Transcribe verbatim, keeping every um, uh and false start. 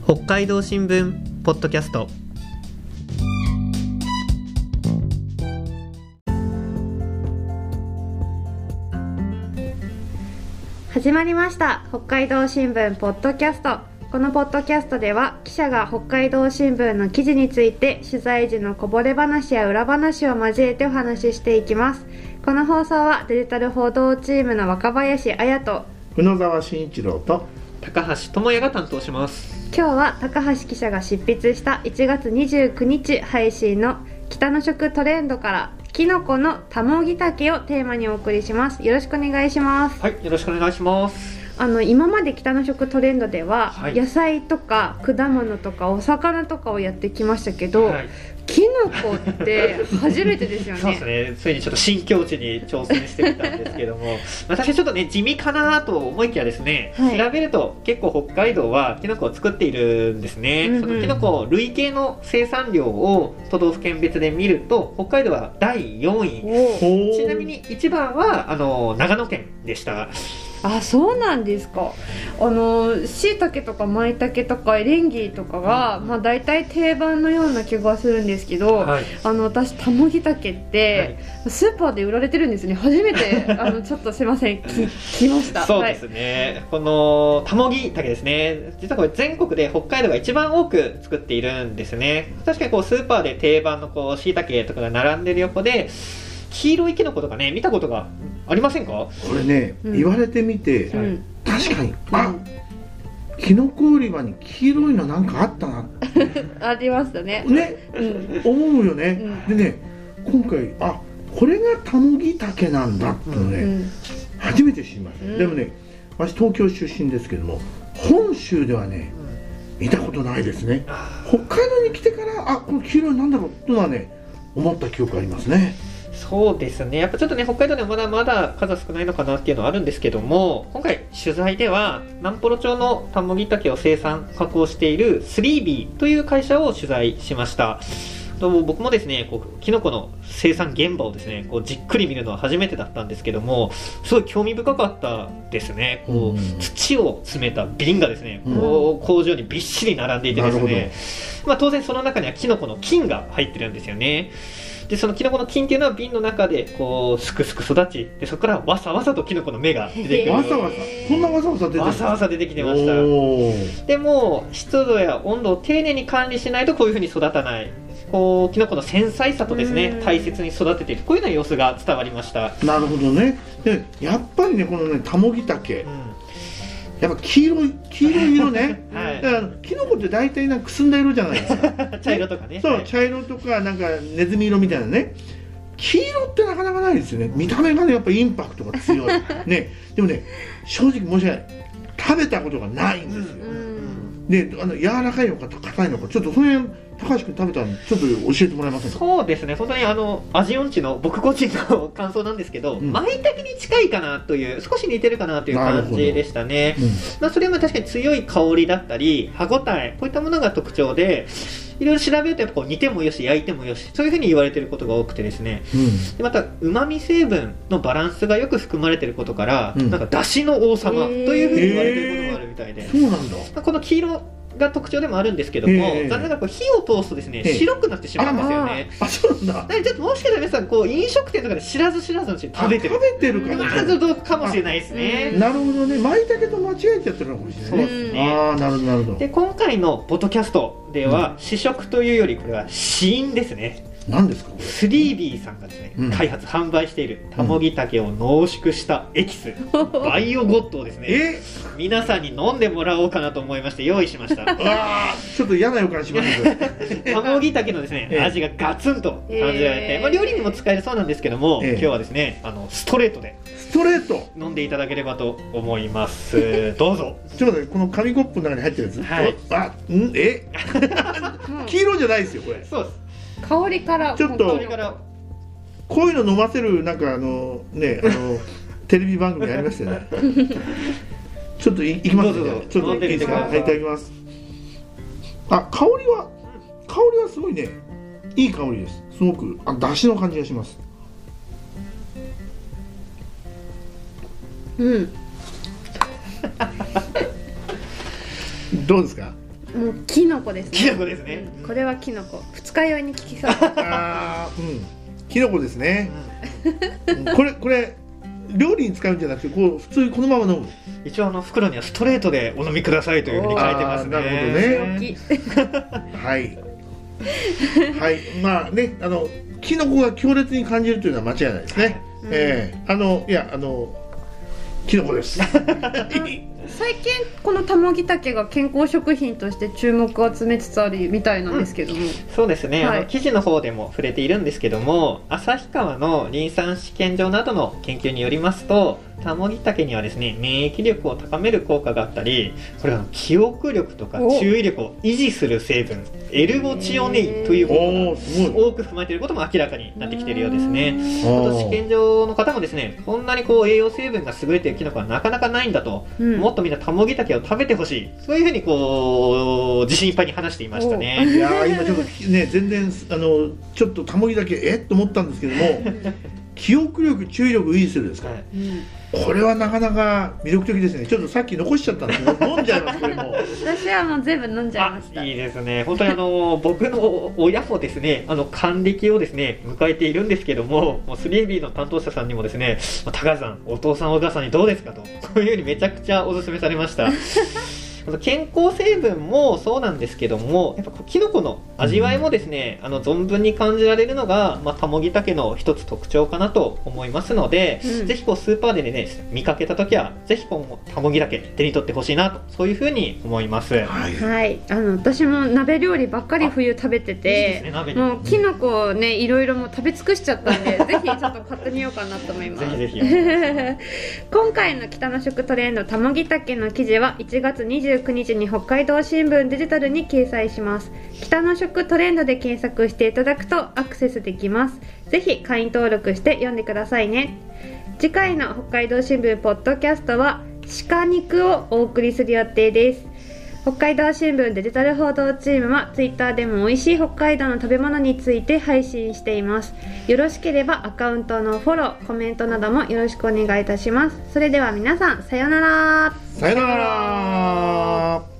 北海道新聞ポッドキャスト。 始まりました北海道新聞ポッドキャスト。このポッドキャストでは記者が北海道新聞の記事について取材時のこぼれ話や裏話を交えてお話ししていきます。この放送はデジタル報道チームの若林彩と宇野沢慎一郎と高橋智也が担当します。 今日は高橋記者が執筆したいちがつにじゅうくにち配信の北の食トレンドからキノコのたもぎたけをテーマにお送りします。よろしくお願いします。 はい、よろしくお願いします。 あの今まで北の食トレンドでは、 はい、 野菜とか果物とかお魚とかをやってきましたけど、はい、キノコって初めてですよね。 そうですね。ついにちょっと新境地に挑戦してみたんですけどもまあ、確かにちょっとね地味かなと思いきやですね、はい、調べると結構北海道はキノコを作っているんですね、うんうん、そのキノコ累計の生産量を都道府県別で見ると北海道はだいよんい、ちなみにいちばんはあの長野県でした。 あ、そうなんですか。あの椎茸とか舞茸とかエリンギとかが、まあ、大体定番のような気がするんですけど、はい、あの私たもぎたけって、はい、スーパーで売られてるんですね。初めてあのちょっとすいません聞きました。 そうですね、はい、このたもぎたけですね、実はこれ全国で北海道が一番多く作っているんですね。確かにこうスーパーで定番のこう椎茸とかが並んでる横で黄色いキノコとかね見たことがありませんか？ これね、うん、言われてみて、うん、確かに、あ、うん、キノコ売り場に黄色いのなんかあったなありましたね。 ね、うん、思うよね、うん、でね、今回あこれがたもぎたけなんだってのね、うん、初めて知りました、うん、でもね、私東京出身ですけども本州ではね、うん、見たことないですね。北海道に来てからあこの黄色いなんだろうってのはね思った記憶ありますね。 そうですね、やっぱちょっとね北海道ではまだまだ数少ないのかなっていうのはあるんですけども、今回取材では南幌町のたもぎたけを生産加工している スリービー という会社を取材しました。と僕もですねこうキノコの生産現場をですねこうじっくり見るのは初めてだったんですけども、すごい興味深かったですね。こう、うん、土を詰めた瓶がですね、うん、こう工場にびっしり並んでいてですね、まあ、当然その中にはキノコの菌が入ってるんですよね。でそのキノコの菌っていうのは瓶の中でこうすくすく育ち、でそこからわさわさとキノコの芽が出てくる。 わさわさそんなわさわさ出てわさわさ出てきてました。でも湿度や温度を丁寧に管理しないとこういう風に育たない、こうキノコの繊細さとですね大切に育てている、こういうような様子が伝わりました。 なるほどね。でやっぱりねこのねたもぎたけ、うん、やっぱ黄色い黄色い色ね、はい、だからキノコって大体なんかくすんだ色じゃないですか茶色とかね。 そう、 はい、 茶色とかなんかネズミ色みたいなね。黄色ってなかなかないですよね。見た目がねやっぱインパクトが強いね。でもね正直申し訳ない、食べたことがないんですよ、うん、であの柔らかいのか硬いのかちょっとその辺高橋君食べたのちょっと教えてもらえませんか？ そうですね、本当にあの味音痴の僕個人の感想なんですけど、舞茸に近いかなという、少し似てるかなという感じでしたね、うん、まあ、それは確かに強い香りだったり歯ごたえ、こういったものが特徴で、いろいろ調べるとやっぱこう煮てもよし焼いてもよし、そういうふうに言われていることが多くてですね、うん、でまたうまみ成分のバランスがよく含まれていることから、うん、なんか出汁の王様というふうに言われていることがあるみたいで、 そうなんだ。 まあ、この黄色が特徴でもあるんですけども、残念ながらこう火を通すとですね白くなってしまうんですよね。 あ、そうなんだ。 だからちょっともしかしたら皆さんこう飲食店とかで知らず知らずのうちに食べてる食べてるかも、まずどうかもしれないですね。 なるほどね、舞茸と間違えちゃってるのかもしれないね。 そうですね。 ああ、なるほどなるほど。 で今回のポッドキャストでは、うん、試食というよりこれは試飲ですね。 何ですかこれ？ スリービー さんがですね、うん、開発販売しているたもぎたけを濃縮したエキス、うん、バイオゴットをですねえ皆さんに飲んでもらおうかなと思いまして用意しました。 あちょっと嫌な予感しますけどたもぎたけのですね、えー、味がガツンと感じられて、えーまあ、料理にも使えるそうなんですけども、えー、今日はですねあのストレートでストレート飲んでいただければと思います。どうぞ。 ちょっとこの紙コップの中に入ってるやつ、はい、あんえ黄色じゃないですよこれ。 そうです。 香りからちょっとこういうの飲ませるなんかあのねあのテレビ番組ありましたよね。ちょっと い, いきますね。ちょっといいですか？はい、いただきます。あ、香りは香りはすごいねいい香りです。すごくあ出汁の感じがします。 うん。 どうですか？ もうキノコですね。 キノコですね、 うん、これはキノコ、二日酔いに効きそうあー、うん、キノコですね、うん、これこれ料理に使うんじゃなくてこう普通にこのまま飲む。 一応あの袋にはストレートでお飲みくださいというふうに書いてますね。 なるほどねはいはいまあね、あのキノコが強烈に感じるというのは間違いないですね、うん、えー、あのいやあのキノコです最近このタモギタケが健康食品として注目を集めつつあるみたいなんですけども、うん、 そうですね、 はい、 あの記事の方でも触れているんですけども、旭川のリン酸試験場などの研究によりますと、タモギタケにはですね、免疫力を高める効果があったり、これは記憶力とか注意力を維持する成分 エルゴチオネインというものが多く含まれていることも明らかになってきているようですね。あと試験場の方もですね、こんなにこう栄養成分が優れているキノコはなかなかないんだと、うん、もっとみんなタモギタケを食べてほしい、そういうふうにこう自信いっぱいに話していましたね。 いやー今ちょっとね全然あのちょっとタモギタケえっと思ったんですけども記憶力注意力維持するですか、はい、うん、これはなかなか魅力的ですね。ちょっとさっき残しちゃったんですけど飲んじゃいますこれも私はもう全部飲んじゃいました。 いいですね。本当にあの僕の親もですね、あの還暦をですね迎えているんですけども、もう スリービー の担当者さんにもですね、高橋さんお父さんお母さんにどうですかと、こういうふうにめちゃくちゃお勧めされました健康成分もそうなんですけども、やっぱキノコの味わいもですね、うん、あの存分に感じられるのが、まあ、タモギタケの一つ特徴かなと思いますので、うん、ぜひこうスーパーでね見かけたときはぜひこうタモギタケ手に取ってほしいなと、そういうふうに思います。 はい、はい、あの私も鍋料理ばっかり冬食べてて、いいですね、もうキノコねいろいろもう食べ尽くしちゃったんでぜひちょっと買ってみようかなと思います。 ぜひぜひ今回の北の食トレンドタモギタケの記事はいちがつにじゅうくにちに北海道新聞デジタルに掲載します。北の食トレンドで検索していただくとアクセスできます。ぜひ会員登録して読んでくださいね。次回の北海道新聞ポッドキャストは鹿肉をお送りする予定です。北海道新聞デジタル報道チームはツイッターでも美味しい北海道の食べ物について配信しています。よろしければアカウントのフォロー、コメントなどもよろしくお願いいたします。それでは皆さんさようなら。 さようなら。